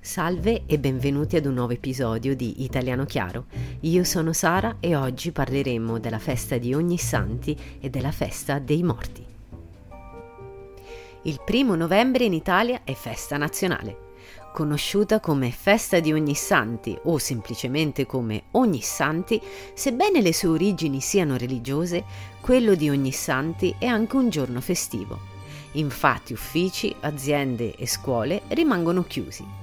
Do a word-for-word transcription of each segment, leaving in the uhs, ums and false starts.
Salve e benvenuti ad un nuovo episodio di Italiano Chiaro. Io sono Sara e oggi parleremo della festa di Ognissanti e della festa dei morti. Il primo novembre in Italia è festa nazionale. Conosciuta come Festa di Ognissanti o semplicemente come Ognissanti, sebbene le sue origini siano religiose, quello di Ognissanti è anche un giorno festivo. Infatti uffici, aziende e scuole rimangono chiusi.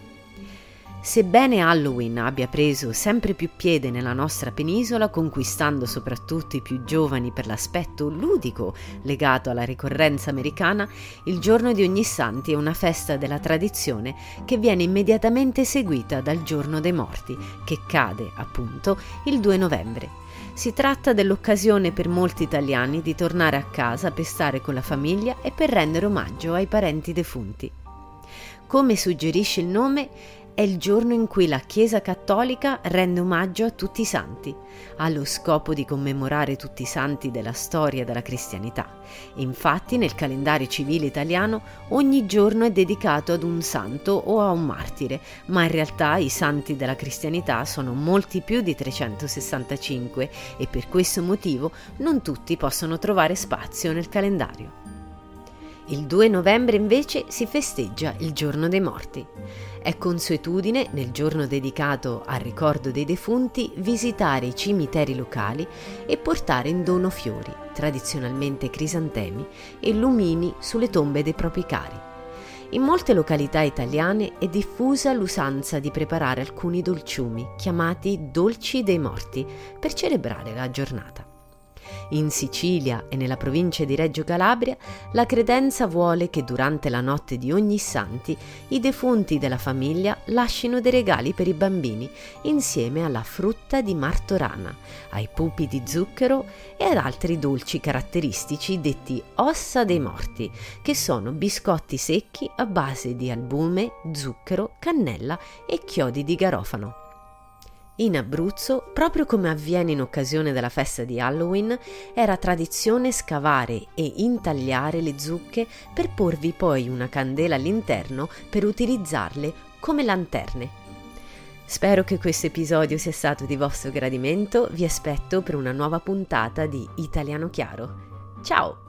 Sebbene Halloween abbia preso sempre più piede nella nostra penisola, conquistando soprattutto i più giovani per l'aspetto ludico legato alla ricorrenza americana, il giorno di Ognissanti è una festa della tradizione che viene immediatamente seguita dal giorno dei morti, che cade, appunto, il due novembre. Si tratta dell'occasione per molti italiani di tornare a casa per stare con la famiglia e per rendere omaggio ai parenti defunti. Come suggerisce il nome, è il giorno in cui la Chiesa Cattolica rende omaggio a tutti i santi. Ha lo scopo di commemorare tutti i santi della storia della cristianità. Infatti, nel calendario civile italiano, ogni giorno è dedicato ad un santo o a un martire, ma in realtà i santi della cristianità sono molti più di trecentosessantacinque e per questo motivo non tutti possono trovare spazio nel calendario. Il due novembre invece si festeggia il giorno dei morti. È consuetudine, nel giorno dedicato al ricordo dei defunti, visitare i cimiteri locali e portare in dono fiori, tradizionalmente crisantemi, e lumini sulle tombe dei propri cari. In molte località italiane è diffusa l'usanza di preparare alcuni dolciumi, chiamati dolci dei morti, per celebrare la giornata. In Sicilia e nella provincia di Reggio Calabria la credenza vuole che durante la notte di Ognissanti i defunti della famiglia lascino dei regali per i bambini insieme alla frutta di martorana, ai pupi di zucchero e ad altri dolci caratteristici detti ossa dei morti, che sono biscotti secchi a base di albume, zucchero, cannella e chiodi di garofano. In Abruzzo, proprio come avviene in occasione della festa di Halloween, era tradizione scavare e intagliare le zucche per porvi poi una candela all'interno per utilizzarle come lanterne. Spero che questo episodio sia stato di vostro gradimento, vi aspetto per una nuova puntata di Italiano Chiaro. Ciao!